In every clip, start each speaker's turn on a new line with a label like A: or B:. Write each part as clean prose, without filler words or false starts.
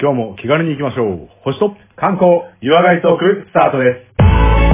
A: 今日も気軽に行きましょう。星と
B: 観光、湯上がりトーク、スタートです。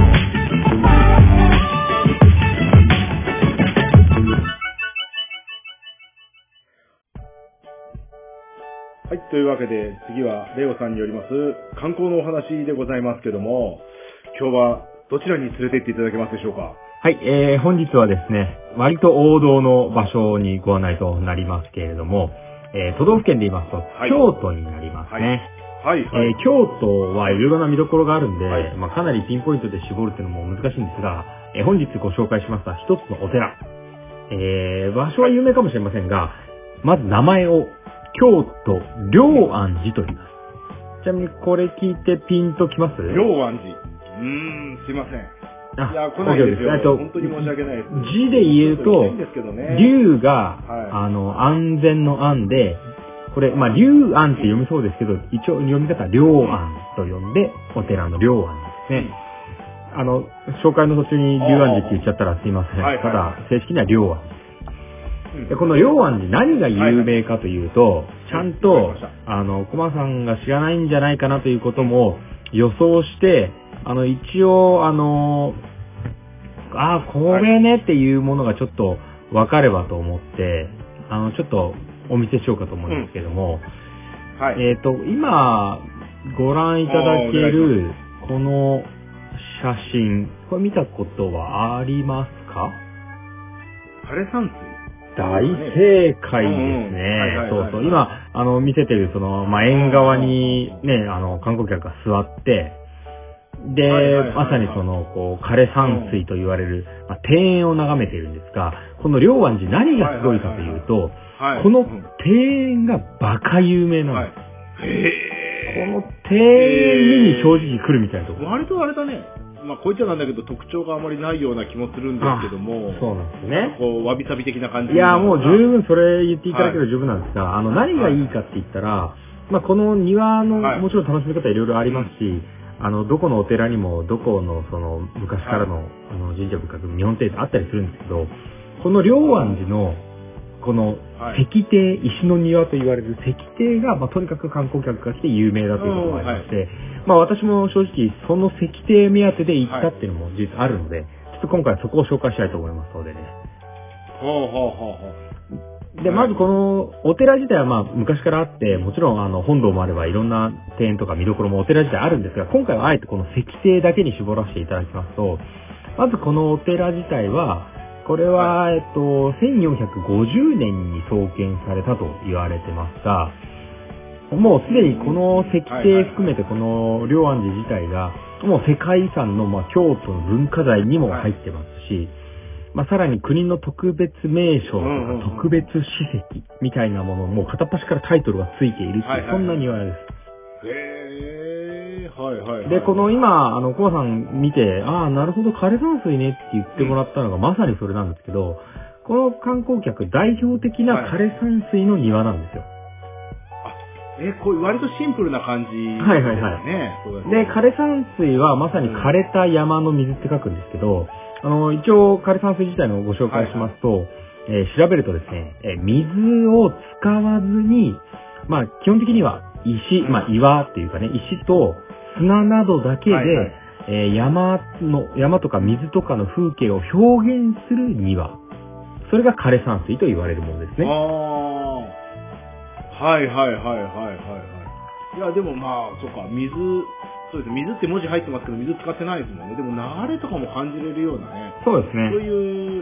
A: はい、というわけで、次はレオさんによります観光のお話でございますけども、今日はどちらに連れて行っていただけますでしょうか。
B: はい、本日はですね、割と王道の場所にご案内となりますけれども、都道府県で言いますと、はい、京都になりますね。はいはい、京都はいろいろな見どころがあるんで、はい、かなりピンポイントで絞るっていうのも難しいんですが、本日ご紹介しました一つのお寺。場所は有名かもしれませんが、まず名前を京都龍安寺と言います。ちなみにこれ聞いてピンときます？
A: 龍安寺。すいません。いや、来ないですよ。本当に申し訳ないです。
B: 字で言うと、龍が、安全の安で、これ、龍安って読みそうですけど、一応読み方は龍安と呼んで、お寺の龍安ですね。紹介の途中に龍安寺って言っちゃったらすいません。ただ、正式には龍安。でこの龍安寺何が有名かというと、ちゃんと、コマさんが知らないんじゃないかなということも予想して、一応、これねっていうものがちょっと分かればと思って、ちょっとお見せしようかと思うんですけども、今、ご覧いただける、この写真、これ見たことはありますか？
A: 枯山水？
B: 大正解ですね。そうそう。今、見せてる、縁側にね、観光客が座って、で、まさに枯山水と言われる、庭園を眺めているんですが、この龍安寺何がすごいかというと、この庭園がバカ有名なんです。この庭園に正直来るみたいなところ。
A: 割とあれだね。こういっちゃなんだけど特徴があまりないような気もするんですけども。
B: そうなんですね。
A: わびさび的な感じ。
B: いや、もう十分それ言っていただければ十分なんですが、何がいいかって言ったら、この庭のもちろん楽しみ方いろいろありますし、どこのお寺にも、どこの昔からの、神社仏閣、日本庭園ってあったりするんですけど、この龍安寺の、この、石庭、石の庭と言われる石庭が、とにかく観光客が来て有名だということもありまして、私も正直、その石庭目当てで行ったっていうのも実はあるので、ちょっと今回はそこを紹介したいと思いますのでね。で、まずこのお寺自体は昔からあって、もちろん本堂もあればいろんな庭園とか見どころもお寺自体あるんですが、今回はあえてこの石庭だけに絞らせていただきますと、まずこのお寺自体は、これは、1450年に創建されたと言われてますが、もうすでにこの石庭含めてこの龍安寺自体が、もう世界遺産の京都の文化財にも入ってますし、さらに国の特別名称とか特別史跡みたいなものも片っ端からタイトルがついているっていう、そんな庭です。で、この今、コマさん見て、なるほど、枯山水ねって言ってもらったのがまさにそれなんですけど、この観光客代表的な枯山水の庭なんですよ。
A: こう割とシンプルな感じですね。
B: で、枯山水はまさに枯れた山の水って書くんですけど、一応枯山水自体のご紹介しますと、調べるとですね、水を使わずに、基本的には石、岩っていうかね、石と砂などだけで、山とか水とかの風景を表現する庭。それが枯山水と言われるものですね。
A: いや、でもそうか、そうです。水って文字入ってますけど、水使ってないですもんね。でも流れとかも感じれるようなね。
B: そうですね。
A: そういう、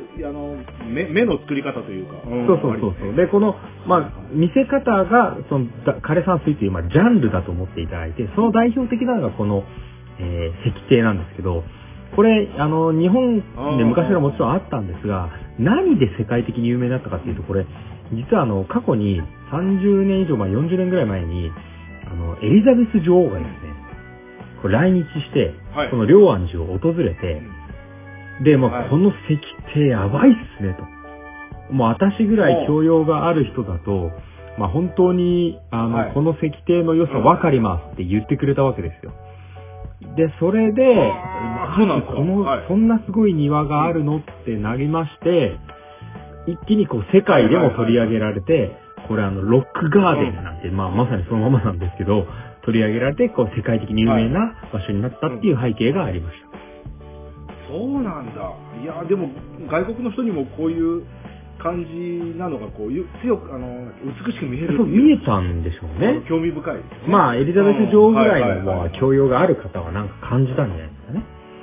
A: 目の作り方というか。
B: そう。で、この、見せ方が、枯山水という、ジャンルだと思っていただいて、その代表的なのがこの、石庭なんですけど、これ、日本で昔からもちろんあったんですが、何で世界的に有名だったかっていうと、これ、実は過去に30年以上前、40年ぐらい前に、エリザベス女王がですね、これ来日して、この龍安寺を訪れて、で、この石庭やばいっすねと。もう私ぐらい教養がある人だと、本当に、この石庭の良さわかりますって言ってくれたわけですよ。で、それで、そんなすごい庭があるのってなりまして、一気に世界でも取り上げられて、 これロックガーデンなんて、まさにそのままなんですけど、取り上げられて、世界的に有名な場所になったっていう背景がありました。
A: そうなんだ。いや、でも、外国の人にもこういう感じなのが、強く、美しく見える。
B: そう、見えたんでしょうね。
A: 興味深いですね。
B: エリザベス女王ぐらいの、教養がある方はなんか感じたんじゃないですかね。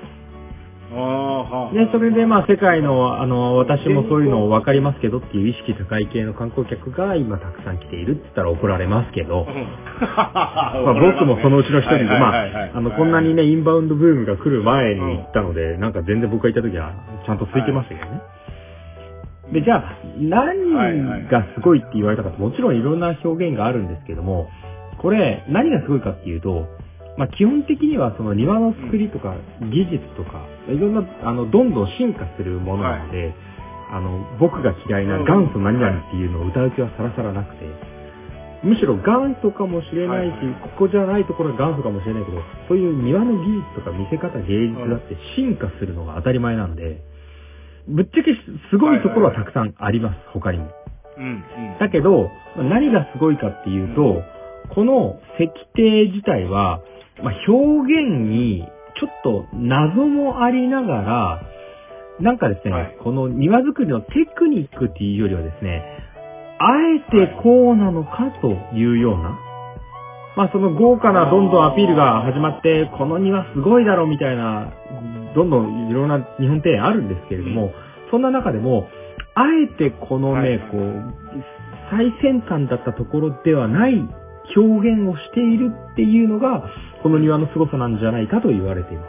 B: で、それで世界の、私もそういうの分かりますけどっていう意識高い系の観光客が今たくさん来ているって言ったら怒られますけど、僕もそのうちの一人で、こんなにね、インバウンドブームが来る前に行ったので、なんか全然僕が行った時はちゃんと空いてましたけどね。で、じゃあ、何がすごいって言われたかって、もちろんいろんな表現があるんですけども、これ、何がすごいかっていうと、基本的にはその庭の作りとか技術とか、いろんな、どんどん進化するものなので、僕が嫌いな元祖何々っていうのを歌う気はさらさらなくて、むしろ元祖かもしれないし、ここじゃないところが元祖かもしれないけど、そういう庭の技術とか見せ方、芸術だって進化するのが当たり前なんで、ぶっちゃけすごいところはたくさんあります、他にも。だけど、何がすごいかっていうと、この石庭自体は、表現にちょっと謎もありながら、なんかですね、この庭作りのテクニックっていうよりはですね、あえてこうなのかというような、その豪華などんどんアピールが始まって、この庭すごいだろみたいな、どんどんいろんな日本庭園あるんですけれども、そんな中でも、あえてこのね、最先端だったところではない表現をしているっていうのが、この庭の凄さなんじゃないかと言われています。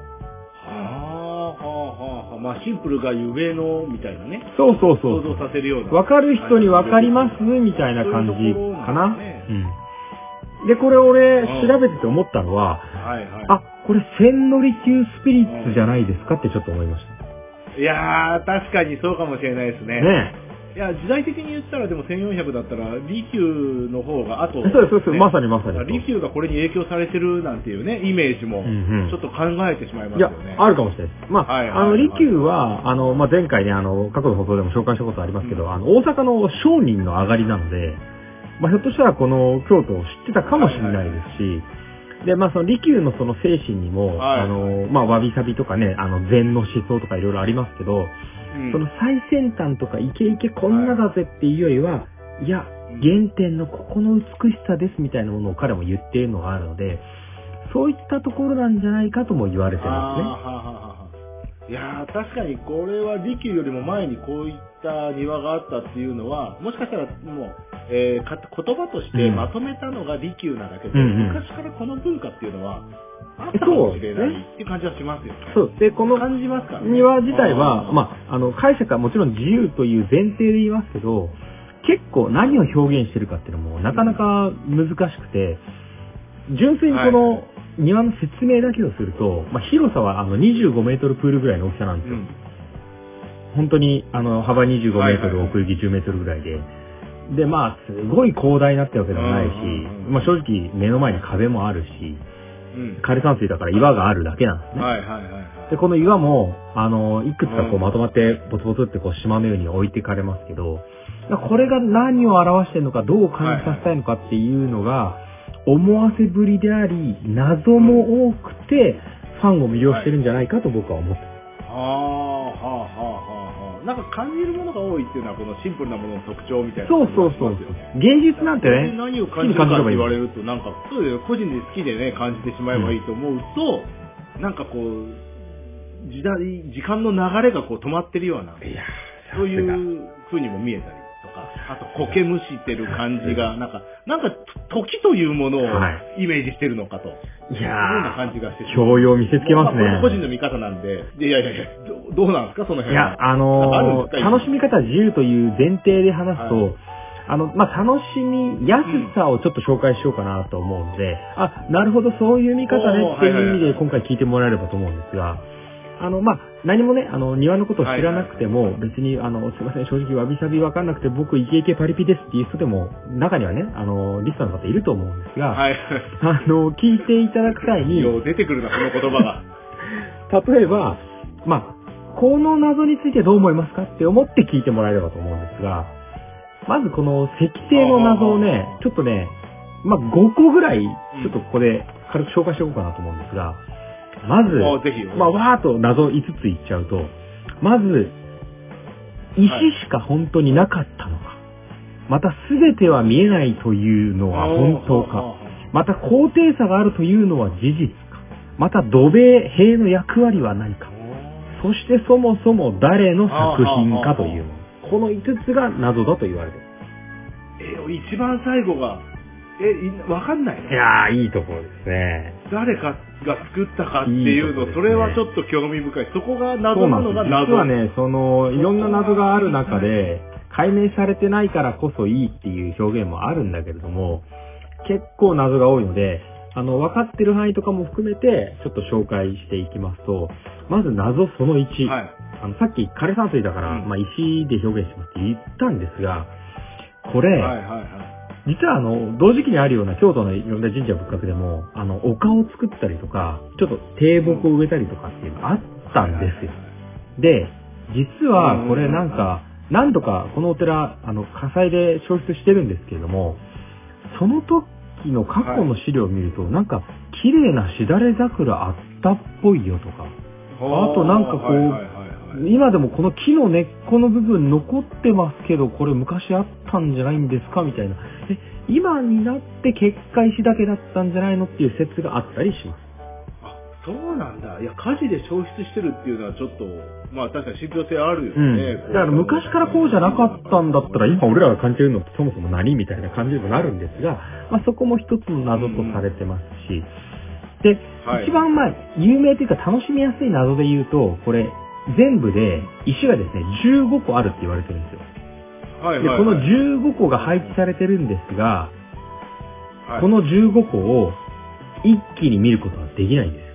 A: シンプルがゆえの、みたいなね。
B: そう。
A: 想像させるような。
B: わかる人にわかりますみたいな感じかな。で、これ俺、調べてて思ったのは、これ千利休スピリッツじゃないですかってちょっと思いました。
A: いやー、確かにそうかもしれないですね。いや、時代的に言ったらでも1400だったら、利休の方が後、
B: そう、まさに。
A: 利休がこれに影響されてるなんていうね、イメージも、ちょっと考えてしまいますよね。
B: いや、あるかもしれないです。利休は、前回ね、過去の放送でも紹介したことありますけど、大阪の商人の上がりなので、ひょっとしたらこの京都を知ってたかもしれないですし、で、その利休のその精神にも、わびさびとかね、禅の思想とかいろいろありますけど、その最先端とかイケイケこんなだぜっていうよりは、いや、原点のここの美しさですみたいなものを彼も言っているのがあるので、そういったところなんじゃないかとも言われてますね。
A: いやー、確かにこれは利休よりも前にこういった庭があったっていうのは、もしかしたらもう、言葉としてまとめたのが利休なんだけど、昔からこの文化っていうのは、あったかもしれないっていう感じはしますよね。
B: そう。で、この
A: 感じますからね。
B: 庭自体は、解釈はもちろん自由という前提で言いますけど、結構何を表現してるかっていうのもなかなか難しくて、純粋にこの庭の説明だけをすると、広さは25メートルプールぐらいの大きさなんですよ。本当に幅25メートル、奥行き10メートルぐらいで、で、すごい広大になってるわけでもないし、正直目の前に壁もあるし、枯山水だから岩があるだけなんですね。で、この岩も、いくつかまとまって、ボツボツって島のように置いてかれますけど、これが何を表しているのか、どう感じさせたいのかっていうのが、思わせぶりであり、謎も多くて、ファンを魅了してるんじゃないかと僕は思ってます。
A: なんか感じるものが多いっていうのはこのシンプルなものの特徴みたいな。
B: そう。芸術なんてね。
A: 何を感じるかって言われると、なんか、そうだよ、個人で好きでね、感じてしまえばいいと思うと、なんか時間の流れが止まってるような、そういう風にも見えたりとか、あと苔むしてる感じが、なんか時というものをイメージしてるのかと。
B: いやー、
A: そういうような感じがして。
B: 教養見せつけますね。
A: 個人の見方なんで、いや、どうなんですか、その辺は。
B: いや、楽しみ方自由という前提で話すと、楽しみやすさをちょっと紹介しようかなと思うので、なるほど、そういう見方ねっていう意味で今回聞いてもらえればと思うんですが、何もね、庭のことを知らなくても、別に、すいません、正直わびさびわかんなくて、僕、イケイケパリピですっていう人でも、中にはね、リスナーの方いると思うんですが、聞いていただく際に、
A: 出てくるな、この言葉が。
B: 例えば、この謎についてどう思いますかって思って聞いてもらえればと思うんですが、 まずこの石庭の謎をね、ちょっとね、まあ、5個ぐらい、ちょっとここで軽く紹介しておこうかなと思うんですが、まず、
A: ぜひ
B: まあ、わーっと謎5ついっちゃうと、まず、石しか本当になかったのか。また全ては見えないというのは本当か。また高低差があるというのは事実か。また土塀、塀の役割は何か。そしてそもそも誰の作品かというもの。この5つが謎だと言われている。
A: 一番最後が、わかんないの？
B: いやー、いいところですね。
A: 誰かが作ったかっていうの、それはちょっと興味深い。そこが謎なのが謎。
B: 実はね、いろんな謎がある中で、解明されてないからこそいいっていう表現もあるんだけれども、結構謎が多いので、分かってる範囲とかも含めて、ちょっと紹介していきますと、まず謎その1。さっき枯山水だから、まあ、石で表現しますって言ったんですが、これ、実は同時期にあるような京都のいろんな神社仏閣でも、丘を作ったりとか、ちょっと低木を植えたりとかっていうのがあったんですよ。で、実はこれなんか、何度かこのお寺、火災で焼失してるんですけれども、その時の過去の資料を見ると、なんか、綺麗なしだれ桜あったっぽいよとか、あとなんかこう、今でもこの木の根っこの部分残ってますけど、これ昔あったんじゃないんですかみたいな。今になって結界石だけだったんじゃないのっていう説があったりします。
A: あ、そうなんだ。いや、火事で消失してるっていうのはちょっと、まあ確かに信憑性あるよね。
B: だから昔からこうじゃなかったんだったら、今俺らが感じてるのってそもそも何みたいな感じにもなるんですが、まあそこも一つの謎とされてますし、で、一番まあ有名というか楽しみやすい謎で言うと、これ全部で石がですね、15個あるって言われてるんですよ。で、この15個が配置されてるんですが、この15個を一気に見ることはできないんです。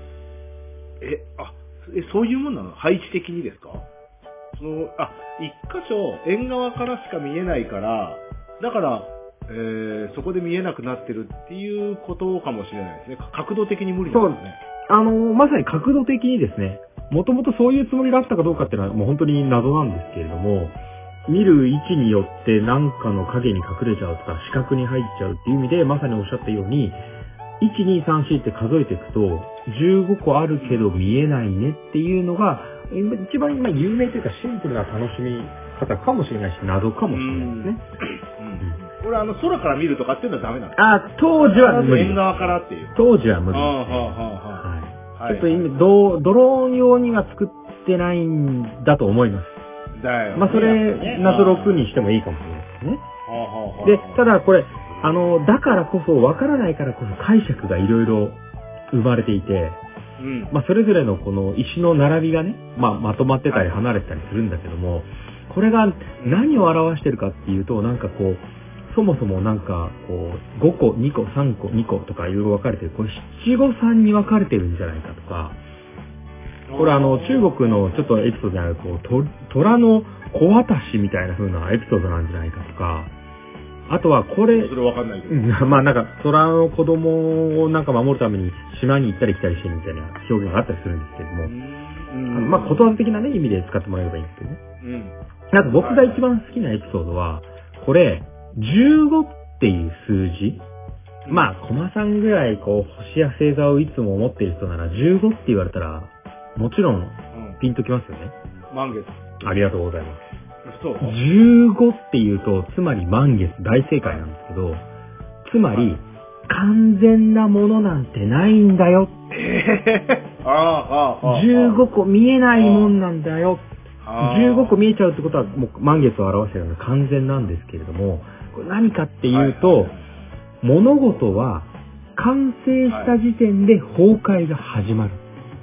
A: そういうもんなの？配置的にですか？一箇所縁側からしか見えないから、だから、そこで見えなくなってるっていうことかもしれないですね。角度的に無理なんですね。
B: まさに角度的にですね、もともとそういうつもりだったかどうかっていうのはもう本当に謎なんですけれども、見る位置によって何かの影に隠れちゃうとか視覚に入っちゃうっていう意味で、まさにおっしゃったように、1、2、3、4って数えていくと、15個あるけど見えないねっていうのが、一番今有名というかシンプルな楽しみ方かもしれないし、謎かもしれないですね。
A: これ空から見るとかっていうのはダメなんですか？
B: 当時は無理。
A: 縁側からっていう。
B: 当時は無理ですね。ちょっと今、ドローン用には作ってないんだと思います。まあそれ、謎6にしてもいいかもしれないですね。で、ただこれ、だからこそ、わからないからこそ解釈がいろいろ生まれていて、まあそれぞれのこの石の並びがね、まあまとまってたり離れてたりするんだけども、これが何を表してるかっていうと、なんかこう、そもそもなんかこう、5個、2個、3個、2個とかいろいろ分かれてる、これ七五三に分かれてるんじゃないかとか、これ中国のちょっとエピソードである、こう、虎の子渡しみたいな風なエピソードなんじゃないかとか、あとはこれ、
A: それわかんないけど。
B: まあなんか、虎の子供をなんか守るために島に行ったり来たりしてるみたいな表現があったりするんですけれども、まあことわざ的なね、意味で使ってもらえればいいんですけどね。なんか僕が一番好きなエピソードは、これ、15っていう数字、まあ、コマさんぐらいこう、星や星座をいつも持っている人なら、15って言われたら、もちろん、ピンときますよね。
A: 満月。
B: ありがとうございます。
A: そう。
B: 15っていうと、つまり満月、大正解なんですけど、つまり、完全なものなんてないんだよ。15個見えないもんなんだよ。15個見えちゃうってことは、もう満月を表しているので完全なんですけれども、これ何かっていうと、物事は完成した時点で崩壊が始まる。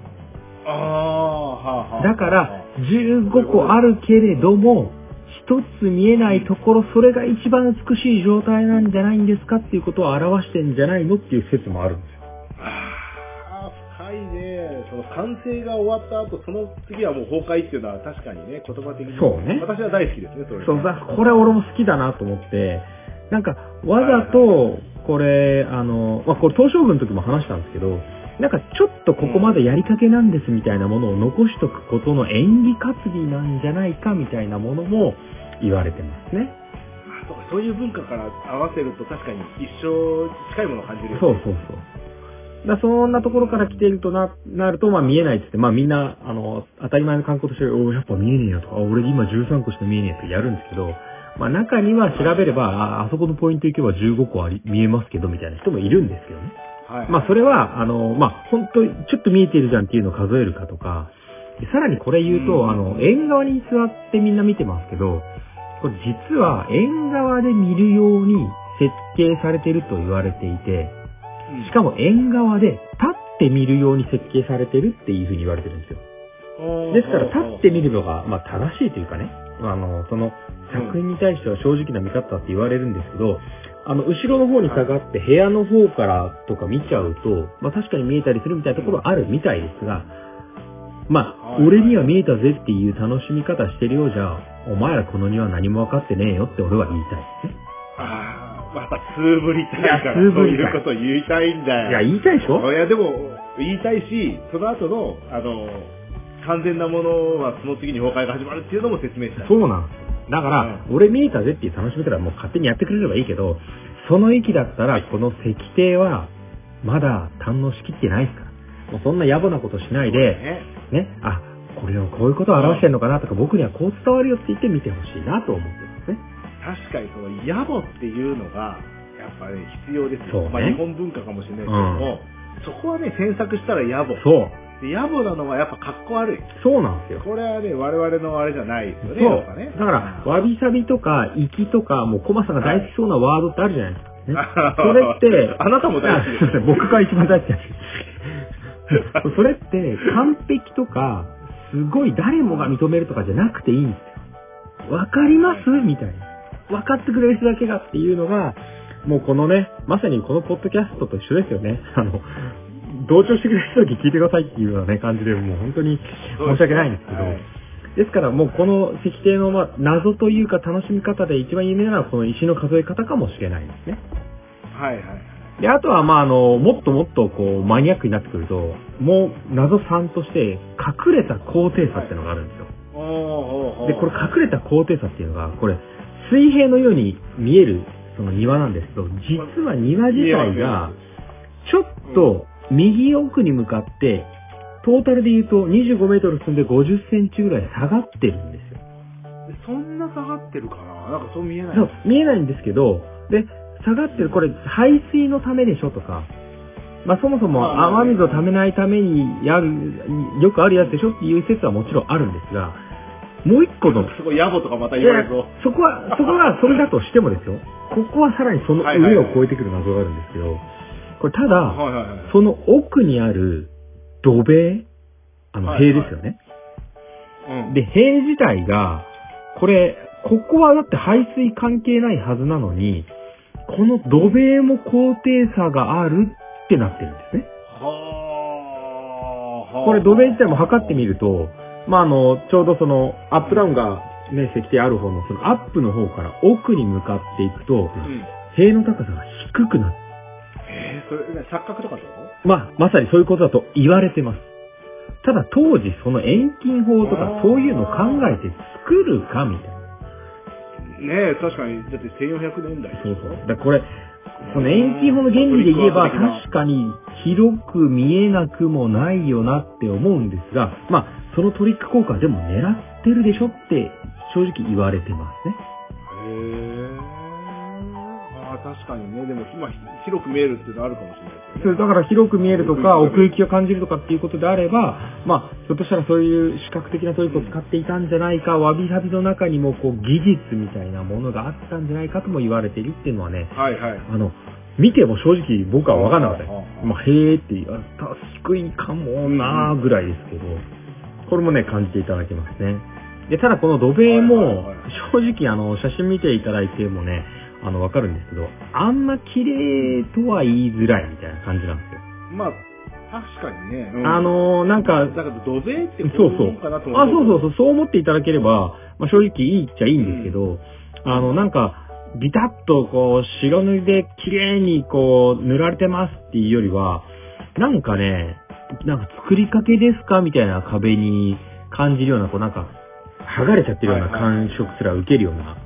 B: だから15個あるけれども一つ見えないところ、それが一番美しい状態なんじゃないんですかっていうことを表してんじゃないのっていう説もあるんですよ。
A: 深いね。その完成が終わった後、その次はもう崩壊っていうのは確かにね、言葉的に。
B: そうね。
A: 私は大好きですね、それ。
B: そうだ、これ俺も好きだなと思って、なんかわざとこれまあこれ東照宮の時も話したんですけど、なんかちょっとここまでやりかけなんですみたいなものを残しとくことの演技担ぎなんじゃないかみたいなものも言われてますね。
A: そういう文化から合わせると確かに一生近いものを感じるよね。
B: そうそうそう。そんなところから来ているとなると、見えないって言って、みんな、当たり前の観光として、やっぱ見えねえよとか、俺今13個しか見えねえってやるんですけど、中には調べれば、あそこのポイント行けば15個見えますけど、みたいな人もいるんですけどね。
A: はい。
B: それは、本当にちょっと見えてるじゃんっていうのを数えるかとか、さらにこれ言うと、縁側に座ってみんな見てますけど、これ実は縁側で見るように設計されていると言われていて、しかも縁側で立って見るように設計されてるっていうふうに言われてるんですよ。ですから立って見るのが、正しいというかね、その作品に対しては正直な見方って言われるんですけど、後ろの方に下がって部屋の方からとか見ちゃうと、確かに見えたりするみたいなところあるみたいですが、俺には見えたぜっていう楽しみ方してるようじゃ、お前らこの庭何も分かってねえよって俺は言いたいですね。
A: またつぶりたいから、そういうことを言いたいんだよ。
B: いや、言いたいでしょ？
A: いや、でも、言いたいし、その後の、完全なものはその次に崩壊が始まるっていうのも説明したい。
B: そうなんです。だから、俺見えたぜっていう楽しみ方はもう勝手にやってくれればいいけど、その域だったら、この石庭は、まだ堪能しきってないですから。もうそんな野暮なことしないで、ね、これをこういうことを表してるのかなとか、僕にはこう伝わるよって言って見てほしいなと思ってますね。
A: 確かにその野暮っていうのがやっぱり必要ですよ。
B: そうね。
A: 日本文化かもしれないけども、そこはね詮索したら野暮。
B: そう。
A: で野暮なのはやっぱ格好悪い。
B: そうなんですよ。
A: これはね我々のあれじゃないですよね。
B: そう。ね、だからわびさびとか粋とかもうコマさんが大好きそうなワードってあるじゃないですか。ね、それって
A: あなたも大好きです。
B: 僕が一番大好きです。それって完璧とかすごい誰もが認めるとかじゃなくていいんですよ。わかりますみたいな。分かってくれる人だけがっていうのが、もうこのね、まさにこのポッドキャストと一緒ですよね。同調してくれる人だけ聞いてくださいっていうようなね、感じで、もう本当に申し訳ないんですけど、ですからもうこの石庭の謎というか楽しみ方で一番有名なのはこの石の数え方かもしれないですね。
A: はいはい。
B: で、あとはもっともっとこうマニアックになってくると、もう謎3として隠れた高低差っていうのがあるんですよ。で、これ隠れた高低差っていうのが、これ水平のように見えるその庭なんですけど、実は庭自体がちょっと右奥に向かってトータルで言うと25メートル進んで50センチぐらい下がってるんですよ。
A: そんな下がってるかな？なんかそう見えない。
B: そう、見えないんですけど、で、下がってる、これ排水のためでしょとか、そもそも雨水をためないためによくあるやつでしょっていう説はもちろんあるんですが、もう一個の。
A: そこ野暮とかまた言われるぞ。
B: そこはそれだとしてもですよ。ここはさらにその上を越えてくる謎があるんですけど、これただ、その奥にある土塀、塀ですよね。で、塀自体が、ここはだって排水関係ないはずなのに、この土塀も高低差があるってなってるんですね。これ土塀自体も測ってみると、ちょうどそのアップダウンがね、石庭ある方のそのアップの方から奥に向かっていくと、塀の高さが低くなる。
A: それ錯覚とかってこ
B: と？
A: と？
B: まさにそういうことだと言われてます。ただ当時その遠近法とかそういうのを考えて作るかみたいな。
A: ねえ、確かに、だって1400年代。
B: そうそう。だからこれ、その遠近法の原理で言えば確かに広く見えなくもないよなって思うんですが、そのトリック効果でも狙ってるでしょって正直言われてますね。
A: 確かにね、でも広く見えるっていうのはあるかもしれないですよね。
B: だから広く見えるとか奥行きを感じるとかっていうことであれば、ひょっとしたらそういう視覚的なトリックを使っていたんじゃないか、わびさびの中にもこう技術みたいなものがあったんじゃないかとも言われているっていうのはね、見ても正直僕は分かんなかったです。へーって低いかもなーぐらいですけど、これもね感じていただけますね。で、ただこの土塀も正直写真見ていただいてもね、わかるんですけど、あんま綺麗とは言いづらいみたいな感じなんですよ。
A: 確かにね。
B: なんか、
A: だから土塀ってこういうのかなと思う。
B: そう思っていただければ、正直いいっちゃいいんですけど、なんか、ビタッとこう、白塗りで綺麗にこう、塗られてますっていうよりは、なんか作りかけですかみたいな壁に感じるような、剥がれちゃってるような感触すら受けるような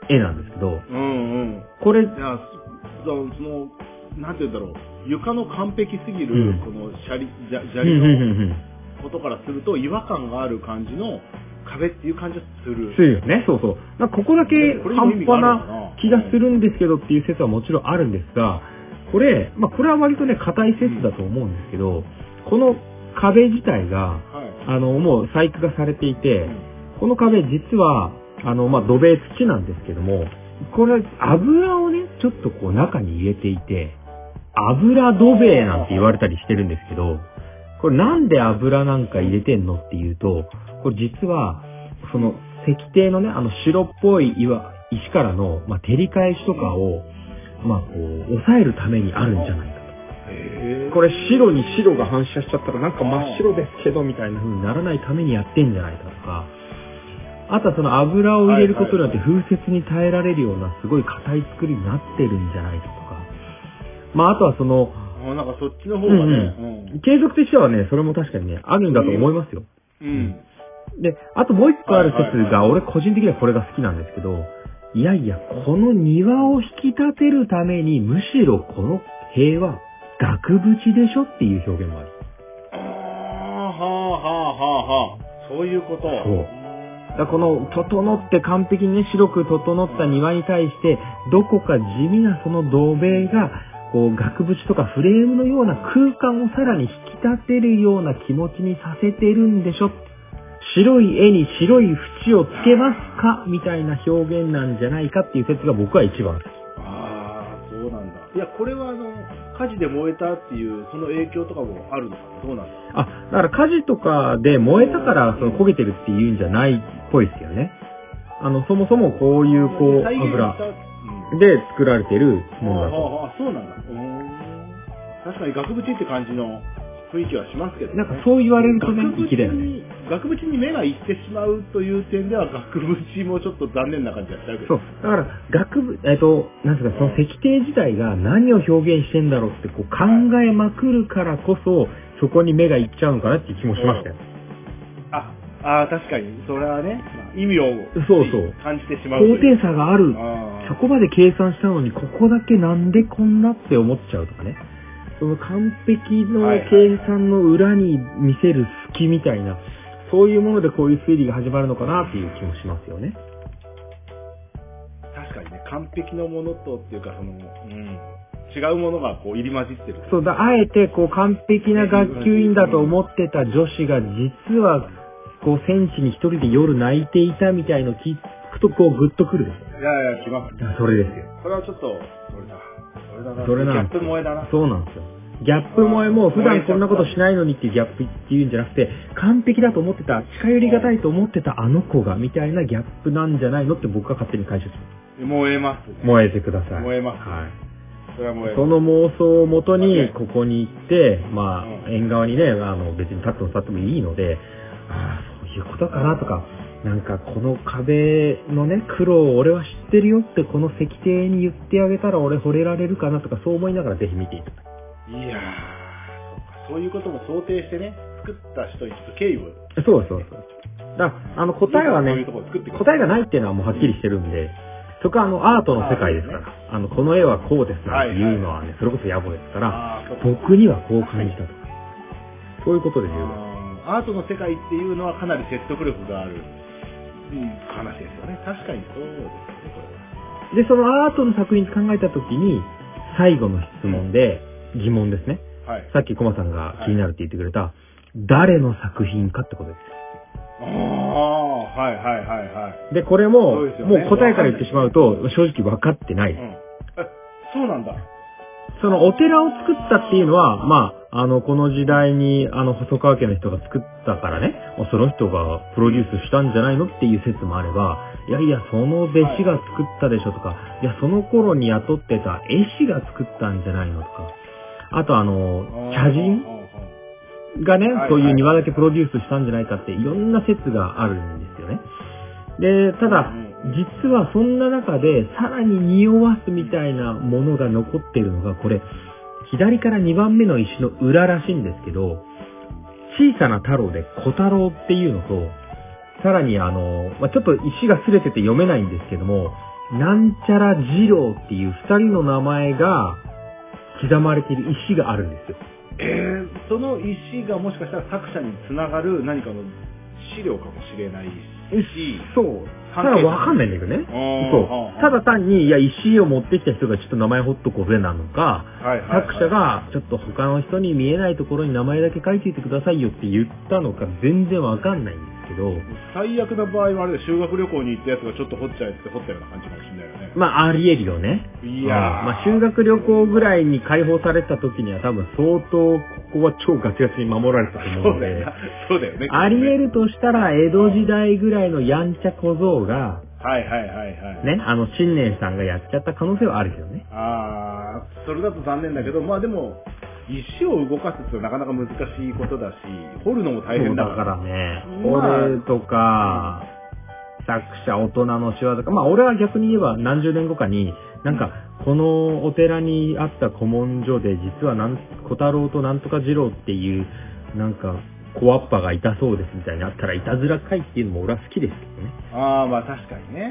B: 絵なんですけど、
A: うんうん。
B: これ、
A: いや、その、なんて言うんだろう。床の完璧すぎる、この砂利のことからすると、違和感がある感じの壁っていう感じがする。
B: するよね。そうそう。なんかここだけ半端な気がするんですけどっていう説はもちろんあるんですが、これは割とね、硬い説だと思うんですけど、この壁自体が、もう細工がされていて、この壁実は、土塀土なんですけども、これ油をね、ちょっとこう中に入れていて、油土塀なんて言われたりしてるんですけど、これなんで油なんか入れてんのっていうと、これ実は、その石庭のね、白っぽい石からの、照り返しとかを、こう、抑えるためにあるんじゃないかと。これ白に白が反射しちゃったらなんか真っ白ですけどみたいな風にならないためにやってんじゃないかとか、あとはその油を入れることによって風雪に耐えられるようなすごい硬い作りになってるんじゃないかとか、あとはその、
A: なんかそっちの方がね、
B: 継続としてはね、それも確かにね、あるんだと思いますよ。で、あともう一個ある説が、俺個人的にはこれが好きなんですけど、いやいや、この庭を引き立てるために、むしろこの塀は額縁でしょっていう表現もある。
A: そういうこと。
B: そう。だこの整って完璧にね、白く整った庭に対して、どこか地味なその土塀が、こう額縁とかフレームのような空間をさらに引き立てるような気持ちにさせてるんでしょ。白い絵に白い縁をつけますかみたいな表現なんじゃないかっていう説が僕は一番好き。
A: そうなんだ。いや、これは火事で燃えたっていう、その影響とかもあるのかな、どうなんだ。
B: だから火事とかで燃えたからその焦げてるっていうんじゃないっぽいですよね。そもそもこういう油で作られてるものだと。
A: そうなんだ。確かに額縁って感じの雰囲気はしますけどね。
B: なんかそう言われるとね、粋だよね。
A: 額縁に目がいってしまうという点では、額縁もちょっと残念な感じがしちゃうけど。
B: そう。だから、なんていうか、その石庭自体が何を表現してんだろうってこう考えまくるからこそ、そこに目がいっちゃうのかなっていう気もしましたよ。
A: 確かに。それはね、意味を感じてしまう。
B: 高低差がある。そこまで計算したのに、ここだけなんでこんなって思っちゃうとかね。その完璧の計算の裏に見せる隙みたいな、そういうものでこういう推理が始まるのかなっていう気もしますよね。
A: 確かにね、完璧のものとっていうか、違うものがこう入り混じってる。
B: そうだ、あえてこう完璧な学級委員だと思ってた女子が実はこう戦地に一人で夜泣いていたみたいの聞くとこうグッとくるでしょ。
A: いや、違う。
B: それですよ。
A: これはちょっと、
B: それなんですよ。ギャップ萌えだな。そうなんですよ。ギャップ萌えも普段こんなことしないのにっていうギャップっていうんじゃなくて、完璧だと思ってた、近寄りがたいと思ってたあの子がみたいなギャップなんじゃないのって僕が勝手に解釈します。
A: 燃えます、ね。
B: 燃えてください。
A: 燃えます。
B: はい。
A: それは燃えます。
B: その妄想をもとにここに行って、縁側にね、別に立っても立ってもいいので、そういうことかなとか、なんかこの壁のね、苦労を俺は知ってるよってこの石庭に言ってあげたら俺惚れられるかなとかそう思いながらぜひ見ていただきたい。
A: いやー、そういうことも想定してね、作った人にちょっと敬意を。
B: そう。だから答えはね、答えがないっていうのはもうはっきりしてるんで、そこはアートの世界ですから、この絵はこうですなんていうのはね、それこそ野暮ですから、僕にはこう感じたとか、そういうことで十分。
A: アートの世界っていうのはかなり説得力がある話ですよね。確かにそうですよね、これは。
B: で、そのアートの作品考えたときに、最後の質問で、疑問ですね。さっきコマさんが気になるって言ってくれた、誰の作品かってことですよ。で、これも、もう答えから言ってしまうと、正直分かってないです。
A: そうなんだ。
B: そのお寺を作ったっていうのは、この時代に、細川家の人が作ったからね、その人がプロデュースしたんじゃないのっていう説もあれば、いや、その弟子が作ったでしょとか、いや、その頃に雇ってた絵師が作ったんじゃないのとか、あと茶人がね、そういう庭だけプロデュースしたんじゃないかっていろんな説があるんですよね。で、ただ、実はそんな中でさらに匂わすみたいなものが残っているのが、これ、左から2番目の石の裏らしいんですけど、小さな太郎で小太郎っていうのと、さらにちょっと石が擦れてて読めないんですけども、 なんちゃら二郎っていう二人の名前が刻まれている石があるんですよ。
A: その石がもしかしたら作者につながる何かの資料かもしれないし、
B: そう。ただわかんないんだけどね。そう。ただ単に、いや、石を持ってきた人がちょっと名前ほっとこうぜなのか、作者がちょっと他の人に見えないところに名前だけ書いていてくださいよって言ったのか全然わかんないんですけど。
A: 最悪な場合はあれで修学旅行に行ったやつがちょっと掘っちゃえって掘ったような感じかもしれないよね。
B: まあ、あり得るよね。
A: いやー。
B: まあ、修学旅行ぐらいに解放された時には多分相当、ここは超ガチガチに守られたと思うので。
A: そうだよね。
B: あり得るとしたら、江戸時代ぐらいのやんちゃ小僧が、ね、新年さんがやっちゃった可能性はあるけどね。
A: それだと残念だけど、まあでも、石を動かすってなかなか難しいことだし、掘るのも大変だから。
B: だからね、掘るとか、作者、大人の仕業とか、まあ俺は逆に言えば何十年後かに、なんか、このお寺にあった古文書で、実は小太郎となんとか次郎っていう、なんか、小わっぱがいたそうですみたいにあったら、いたずら会っていうのも俺は好きですけどね。
A: まあ確かにね。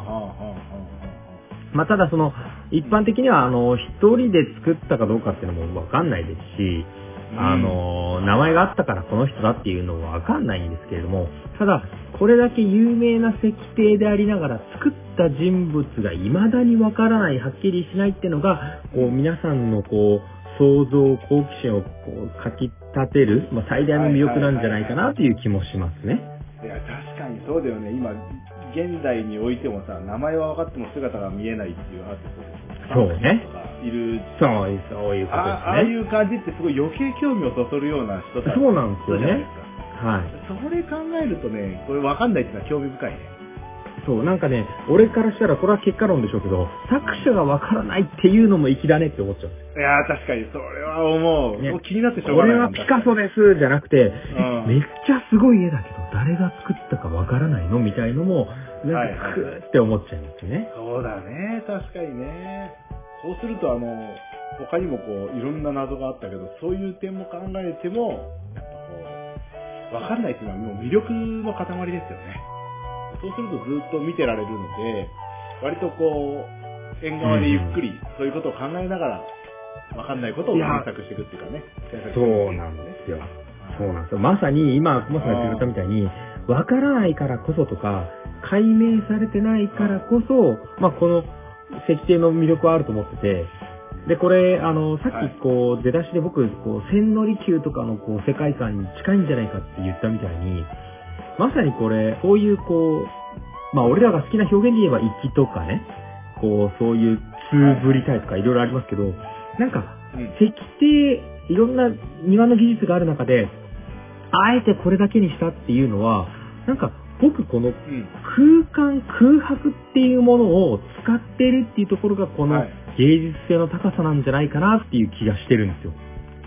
B: まあただ一般的には一人で作ったかどうかっていうのもわかんないですし、名前があったからこの人だっていうのもわかんないんですけれども、ただ、これだけ有名な石庭でありながら作った人物が未だにわからない、はっきりしないっていうのが、皆さんの想像、好奇心をかき立てる、まあ、最大の魅力なんじゃないかなという気もしますね。
A: いや、確かにそうだよね。今、現代においてもさ、名前は分かっても姿が見えないっていうアーティスト
B: そうね。
A: いる。
B: そういうことですね。
A: ああいう感じってすごい余計興味をそそるような人たち。
B: そうなんですよね。はい。
A: それ考えるとね、これ分かんないっていうのは興味深いね。
B: そう、なんかね、俺からしたらこれは結果論でしょうけど、作者が分からないっていうのも粋だねって思っちゃう。
A: いやー、確かにそれは思う。ね、もう気になってしょうがない。
B: 俺はピカソですじゃなくて、めっちゃすごい絵だけど、誰が作ったか分からないのみたいのも、なんかクーって思っちゃいますよね。
A: そうだね、確かにね。そうすると他にもいろんな謎があったけど、そういう点も考えても、やっぱ分かんないっていうのはもう魅力の塊ですよね。そうするとずっと見てられるので、割と縁側でゆっくり、そういうことを考えながら、分かんないことを検索していくっていうかね。
B: そうなんですよ。そうなんですよ。まさに今、熊さんが言ってくれたみたいに、分からないからこそとか、解明されてないからこそ、まあこの石庭の魅力はあると思ってて、で、これ、さっき出だしで僕、千利休とかの世界観に近いんじゃないかって言ったみたいに、まさにこれ、こういうまあ俺らが好きな表現で言えば粋とかね、そういう通ぶりたいとかいろいろありますけど、なんか、石庭、いろんな庭の技術がある中で、あえてこれだけにしたっていうのは、なんか僕この空白っていうものを使ってるっていうところがこの芸術性の高さなんじゃないかなっていう気がしてるんですよ。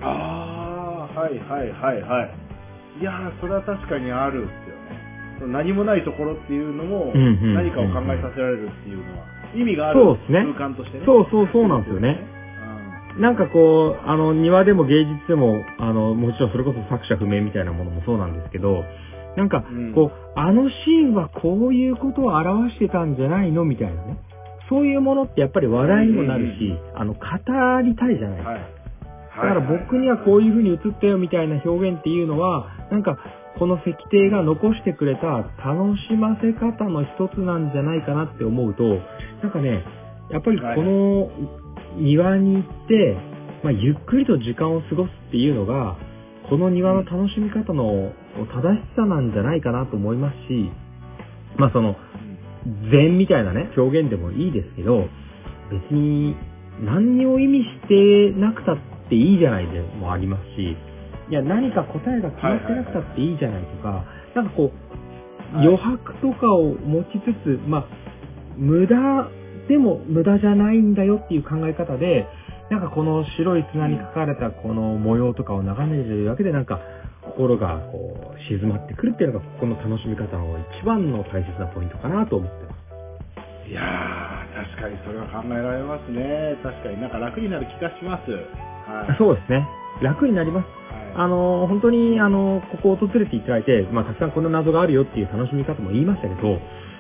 A: いやー、それは確かにあるんですよね。何もないところっていうのも、何かを考えさせられるっていうのは、意味がある空間としてね。
B: そうなんですよね。なんか庭でも芸術でも、もちろんそれこそ作者不明みたいなものもそうなんですけど、なんか、あのシーンはこういうことを表してたんじゃないのみたいなね。そういうものってやっぱり話題にもなるし、語りたいじゃないですか。だから僕にはこういう風に映ったよみたいな表現っていうのは、なんか、この石庭が残してくれた楽しませ方の一つなんじゃないかなって思うと、なんかね、やっぱりこの庭に行って、まあ、ゆっくりと時間を過ごすっていうのが、この庭の楽しみ方の正しさなんじゃないかなと思いますし、まあ禅みたいなね、表現でもいいですけど、別に何にも意味してなくたっていいじゃないでもありますし、いや何か答えが決まってなくたっていいじゃないとか、なんか余白とかを持ちつつ、まあ、無駄でも無駄じゃないんだよっていう考え方で、なんかこの白い砂に描かれたこの模様とかを眺めるだけでなんか心が静まってくるっていうのがここの楽しみ方の一番の大切なポイントかなと思ってます。
A: いやー、確かにそれは考えられますね。確かになんか楽になる気がします。
B: そうですね。楽になります。本当にここを訪れていただいて、まあたくさんこんな謎があるよっていう楽しみ方も言いましたけど、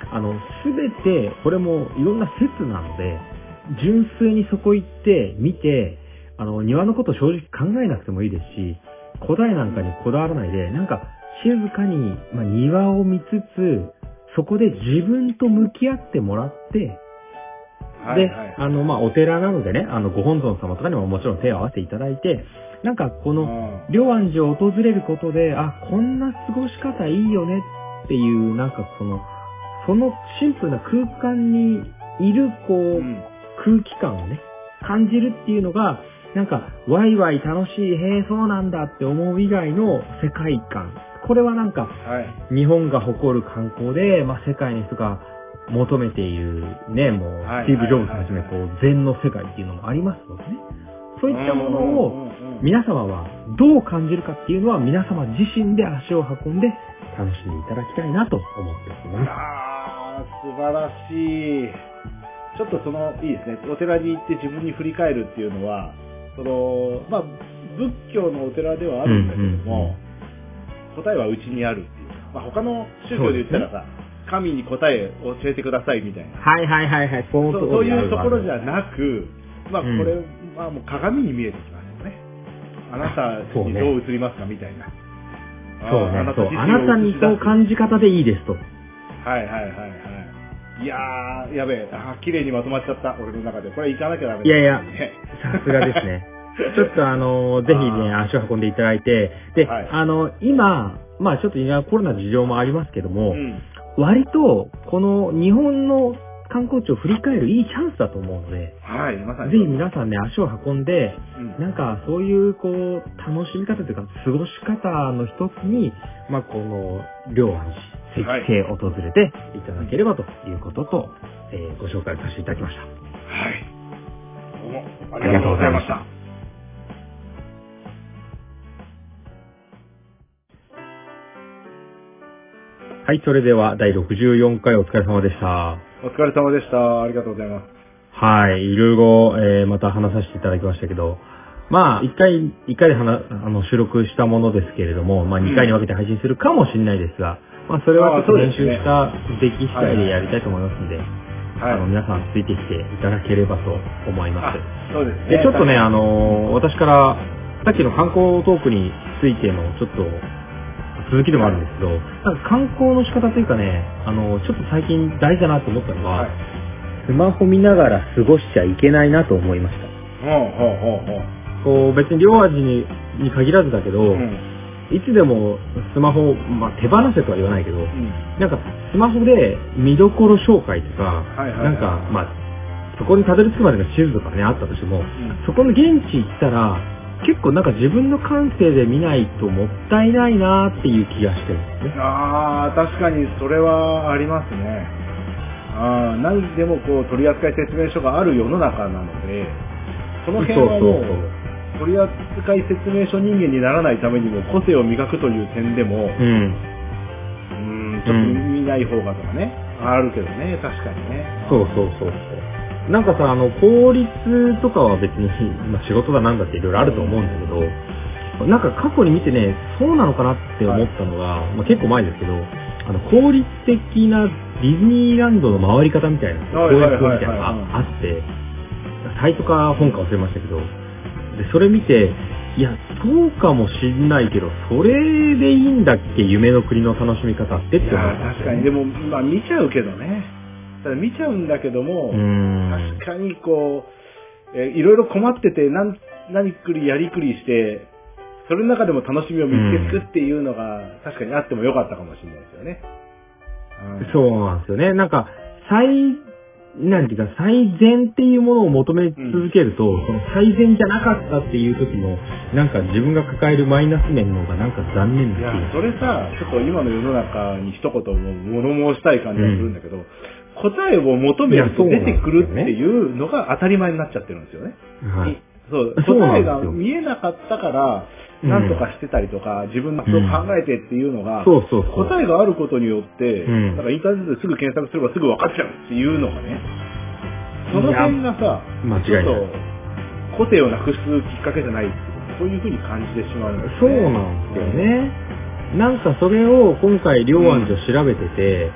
B: すべて、これもいろんな説なので、純粋にそこ行って見て、庭のこと正直考えなくてもいいですし、答えなんかにこだわらないで、なんか静かに、庭を見つつ、そこで自分と向き合ってもらって、で、お寺なのでね、ご本尊様とかにももちろん手を合わせていただいて、なんかこの、龍安寺を訪れることで、こんな過ごし方いいよねっていう、なんかそのシンプルな空間にいる、空気感をね、感じるっていうのが、なんか、ワイワイ楽しい、へえ、そうなんだって思う以外の世界観。これはなんか、日本が誇る観光で、世界の人が求めているね、もう、スティーブ・ジョブズはじめ、禅の世界っていうのもありますのでね。そういったものを、皆様はどう感じるかっていうのは、皆様自身で足を運んで楽しんでいただきたいなと思っております。
A: 素晴らしい。ちょっといいですね。お寺に行って自分に振り返るっていうのは、仏教のお寺ではあるんだけども、答えはうちにあるっていう。他の宗教で言ったらさ、神に答えを教えてくださいみたいな。そういうところじゃなく、これ、もう鏡に見えてきますよね。あなたにどう映りますかみたいな。
B: そうね。あなたにそう感じ方でいいですと。
A: いやー、やべえ。綺麗にまとまっちゃった。俺の中で。これ行かなきゃダメだ。
B: いや、さすがですね。ちょっとぜひね、足を運んでいただいて、で、今、ちょっと今コロナ事情もありますけども、割と、この日本の観光地を振り返るいいチャンスだと思うので、
A: まさに
B: ぜひ皆さんね、足を運んで、なんかそういう楽しみ方というか、過ごし方の一つに、この、龍安寺、石庭を訪れていただければということと、ご紹介させていただきました。
A: どうも、ありがとうございました。
B: はい、それでは第64回お疲れ様でした。
A: お疲れ様でした。ありがとうございます。
B: はい、いろいろ、また話させていただきましたけど、一回で収録したものですけれども、2回に分けて配信するかもしれないですが、それはちょっと練習した出来次第でやりたいと思いますので、皆さんついてきていただければと思います。
A: そうですね。
B: で、ちょっとね、私から、さっきの観光トークについてのちょっと、続きでもあるんですけど、なんか観光の仕方というかね、ちょっと最近大事だなと思ったのは、スマホ見ながら過ごしちゃいけないなと思いました。別に両味に限らずだけど、いつでもスマホ、手放せとは言わないけど、なんかスマホで見どころ紹介とか、なんかそこにたどり着くまでの地図とかね、あったとしても、そこの現地行ったら、結構なんか自分の感性で見ないともったいないなーっていう気がしてるんですね。
A: 確かにそれはありますね。何でも取扱説明書がある世の中なので、その辺はもう取扱説明書人間にならないためにも個性を磨くという点でも、ちょっと見ない方がとかね、あるけどね、確かにね。
B: なんかさ、法律とかは別に、仕事だなんだっていろいろあると思うんだけど、なんか過去に見てね、そうなのかなって思ったのが、結構前ですけど、効率的なディズニーランドの回り方みたいな、攻略みたいなのがあって、サイトか本か忘れましたけど、で、それ見て、いや、そうかもしんないけど、それでいいんだっけ、夢の国の楽しみ方ってって思った。
A: 確かに、でも、見ちゃうけどね。ただ見ちゃうんだけども、確かにいろいろ困ってて、何くりやりくりして、それの中でも楽しみを見つけていくっていうのが、確かにあってもよかったかもしれないですよね。
B: そうなんですよね。なんか、最善っていうものを求め続けると、その最善じゃなかったっていう時の、なんか自分が抱えるマイナス面の方がなんか残念ですよ。
A: いや、それさ、ちょっと今の世の中に一言物申したい感じがするんだけど、答えを求めると出てくるっていうのが当たり前になっちゃってるんですよね。答えが見えなかったから、なんとかしてたりとか、自分のことを考えてっていうのが、答えがあることによって、なんかインターネットですぐ検索すればすぐ分かっちゃうっていうのがね、その辺がさ、ちょっと個性をなくすきっかけじゃないってそういうふうに感じてしまうんですね。
B: そうなんですよね。なんかそれを今回龍安寺を調べてて、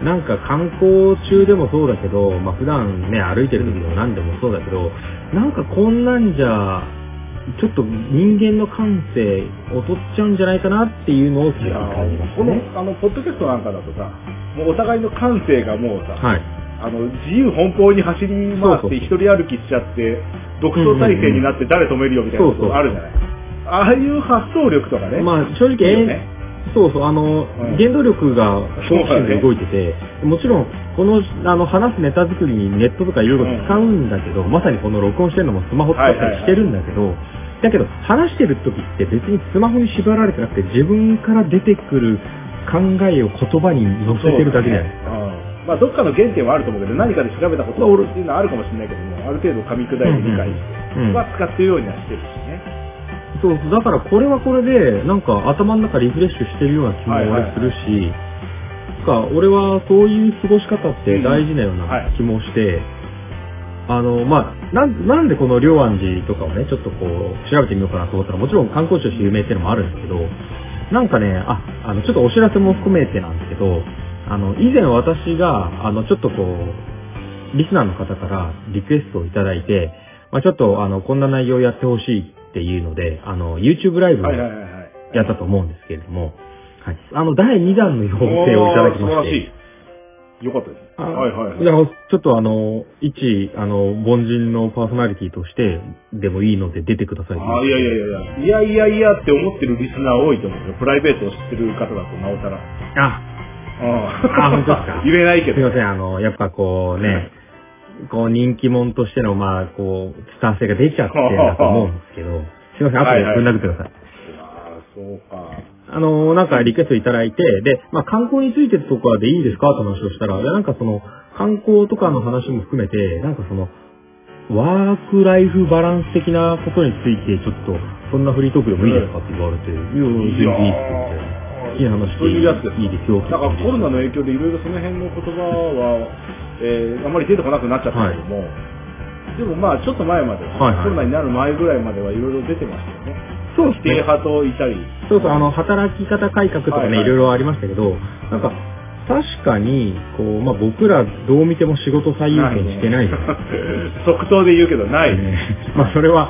B: なんか観光中でもそうだけど、まあ普段ね、歩いてる時でも何でもそうだけど、なんかこんなんじゃ、ちょっと人間の感性劣っちゃうんじゃないかなっていうのを感じますね。
A: このポッドキャストなんかだとさ、もうお互いの感性がもうさ、
B: はい、
A: 自由奔放に走り回って一人歩きしちゃって、独走体制になって誰止めるよみたいなことあるじゃない。ああいう発想力とかね。
B: まあ正直、そうそう、原動力が好奇心で動いてて、もちろん、この、話すネタ作りにネットとかいろいろ使うんだけど、まさにこの録音してるのもスマホ使ったりしてるんだけど、だけど、話してる時って別にスマホに縛られてなくて、自分から出てくる考えを言葉に乗せてるだけじゃないですか。
A: まあ、どっかの原点はあると思うけど、何かで調べたことっていうのはあるかもしれないけども、ある程度噛み砕いて理解しては使ってるようにはしてるしね。
B: そう、だからこれはこれで、なんか頭の中リフレッシュしてるような気も俺するし、俺はそういう過ごし方って大事なような気もして、まあ、なんでこの龍安寺とかをね、ちょっとこう、調べてみようかなと思ったら、もちろん観光地として有名っていうのもあるんですけど、なんかね、ちょっとお知らせも含めてなんですけど、以前私が、ちょっとこう、リスナーの方からリクエストをいただいて、まあちょっとこんな内容やってほしいっていうので、YouTube ライブをやったと思うんですけれども、はい。第2弾の要請をいただきまして。素晴らしい。
A: よかったです。
B: ちょっと一、凡人のパーソナリティとしてでもいいので出てください。
A: いやって思ってるリスナー多いと思うよ。プライベートを知ってる方だとなおさら。
B: 本当ですか。
A: 言えないけど。
B: すいません、やっぱこうね、こう人気者としての、まあ、こう、スター性が出ちゃってるんだと思うんですけど、すいません、後でぶん殴ってください。
A: そうか。
B: なんかリクエストいただいて、で、まあ観光についてとかでいいですかって話をしたら、なんかその、観光とかの話も含めて、なんかその、ワークライフバランス的なことについて、ちょっっと、そんなフリートークでもいいですかって言われて、いや、全然いいですよ、みたいな。いい話でいいですよ。
A: だからコロナの影響でいろいろその辺の言葉は、あんまり出てこなくなっちゃったけども、でもまあちょっと前までは、コロナになる前ぐらいまではいろいろ出てましたよね。
B: そう
A: 否定派といたり。
B: そうそう、働き方改革とかね、いろいろありましたけど、なんか、確かに、こう、まあ僕らどう見ても仕事最優先してないじゃない
A: 即答で言うけどないね。
B: まあそれは、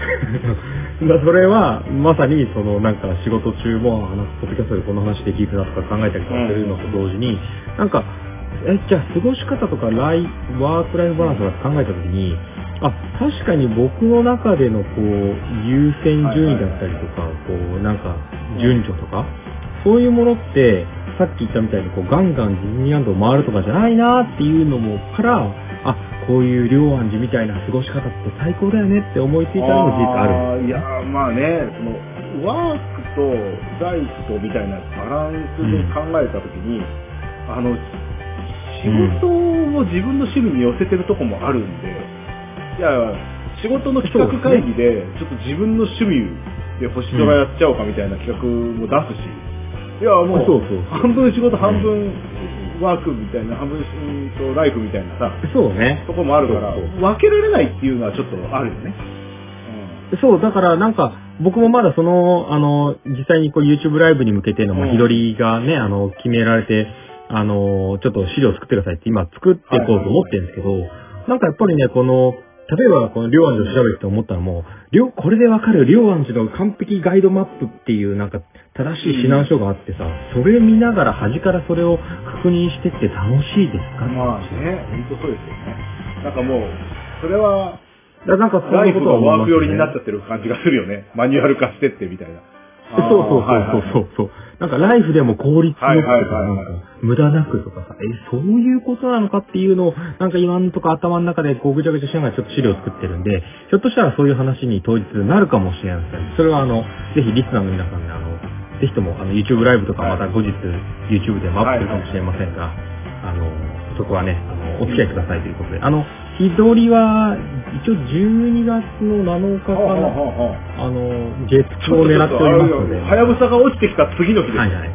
B: まさに、その、なんか仕事中も、ポッドキャストでこの話できるなとか考えたりとかするのと同時に、なんか、じゃあ過ごし方とかワークライフバランスとか考えたときに、確かに僕の中でのこう、優先順位だったりとか、こう、なんか、順序とか、そういうものって、さっき言ったみたいにこう、ガンガンディズニーランドを回るとかじゃないなっていうのもから、こういう龍安寺みたいな過ごし方って最高だよねって思いついたのも実はある。
A: いや、まあね、その、ワークとライフとみたいなバランスで考えたときに、仕事を自分の趣味に寄せてるとこもあるんで、いや、仕事の企画会議で、ちょっと自分の趣味で星空やっちゃおうかみたいな企画も出すし、いや、もう、半分仕事、半分ワークみたいな、半分ライフみたいなさ、
B: そうね。
A: とこもあるから、分けられないっていうのはちょっとあるよね。
B: そう、だからなんか、僕もまだその、実際にこう YouTube ライブに向けての日取りがね、決められて、ちょっと資料作ってくださいって今作っていこうと思ってるんですけど、なんかやっぱりね、例えばこの龍安寺を調べるって思ったのも、これでわかる龍安寺の完璧ガイドマップっていうなんか正しい指南書があってさ、それ見ながら端からそれを確認してって楽しいですか？
A: まあね、本当そうですよね。なんかもう、それは、
B: なんか
A: ライフがワーク寄りになっちゃってる感じがするよね。マニュアル化してってみたいな。
B: そう。なんかライフでも効率よくとか、なんか無駄なくとかさ、そういうことなのかっていうのを、なんか今のとこ頭の中でこうぐちゃぐちゃしながらちょっと資料作ってるんで、ひょっとしたらそういう話に当日なるかもしれません。それはぜひリスナーの皆さんでぜひともYouTube ライブとかまた後日 YouTube でもアップするかもしれませんが、そこはね、お付き合いくださいということで。日取りは、一応12月の7日かな、月を狙っておりますので。
A: はやぶさが落ちてきた次の日です。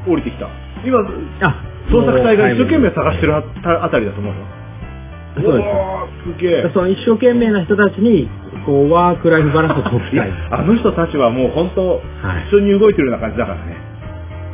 A: 降りてきた。今、捜索隊が一生懸命探してるあたりだと思うよ。
B: そうです。すげえ。その一生懸命な人たちに、こう、ワークライフバランスを取ってい。
A: あの人たちはもう本当、一緒に動いてるような感じだからね。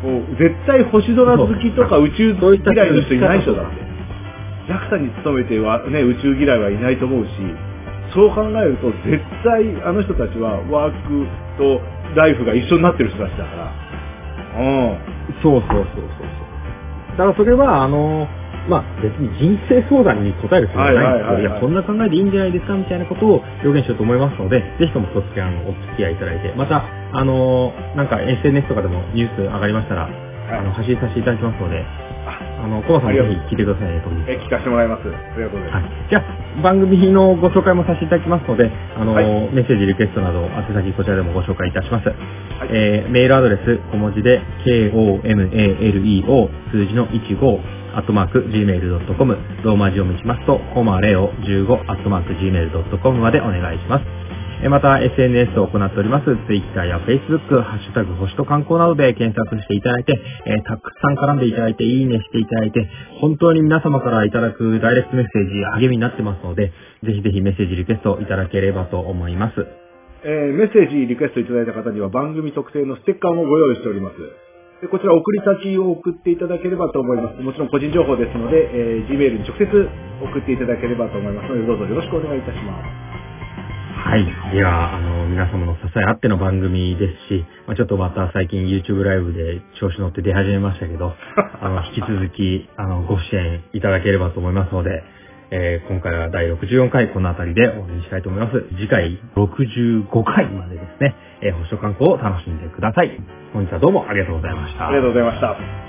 A: 絶対星空好きとか宇宙嫌いの人いない人だって。JAXA に勤めては、ね、宇宙嫌いはいないと思うし、そう考えると絶対あの人たちはワークとライフが一緒になってる人たちだから。
B: そう。だからそれは、別に人生相談に答える必要はないんですけど、いや、こんな考えでいいんじゃないですかみたいなことを表現しようと思いますので、ぜひともお付き合いいただいて、また、なんか SNS とかでもニュース上がりましたら、発信させていただきますので、コマさんもぜひ聞いてくださいね、
A: 聞かせてもらいます。ありがとうございます。
B: じゃあ、番組のご紹介もさせていただきますので、メッセージ、リクエストなど、宛先こちらでもご紹介いたします。メールアドレス、小文字で、KOMALEO、数字の15、@gmail.com、ローマ字を見しますと、コマレオ15、@gmail.com までお願いします。また、SNS を行っております、Twitter や Facebook、ハッシュタグ、星と観光などで検索していただいて、たくさん絡んでいただいて、いいねしていただいて、本当に皆様からいただくダイレクトメッセージ、励みになってますので、ぜひぜひメッセージ、リクエストいただければと思います。
A: メッセージ、リクエストいただいた方には番組特製のステッカーもご用意しております。でこちら送り先を送っていただければと思います。もちろん個人情報ですので、Gmail に直接送っていただければと思いますので、どうぞよろしくお願いいたします。
B: はい。では、皆様の支えあっての番組ですし、ちょっとまた最近 YouTube ライブで調子乗って出始めましたけど、引き続き、ご支援いただければと思いますので、今回は第64回このあたりで終わりにしたいと思います。次回65回までですね、星と観光を楽しんでください。本日はどうもありがとうございました。
A: ありがとうございました。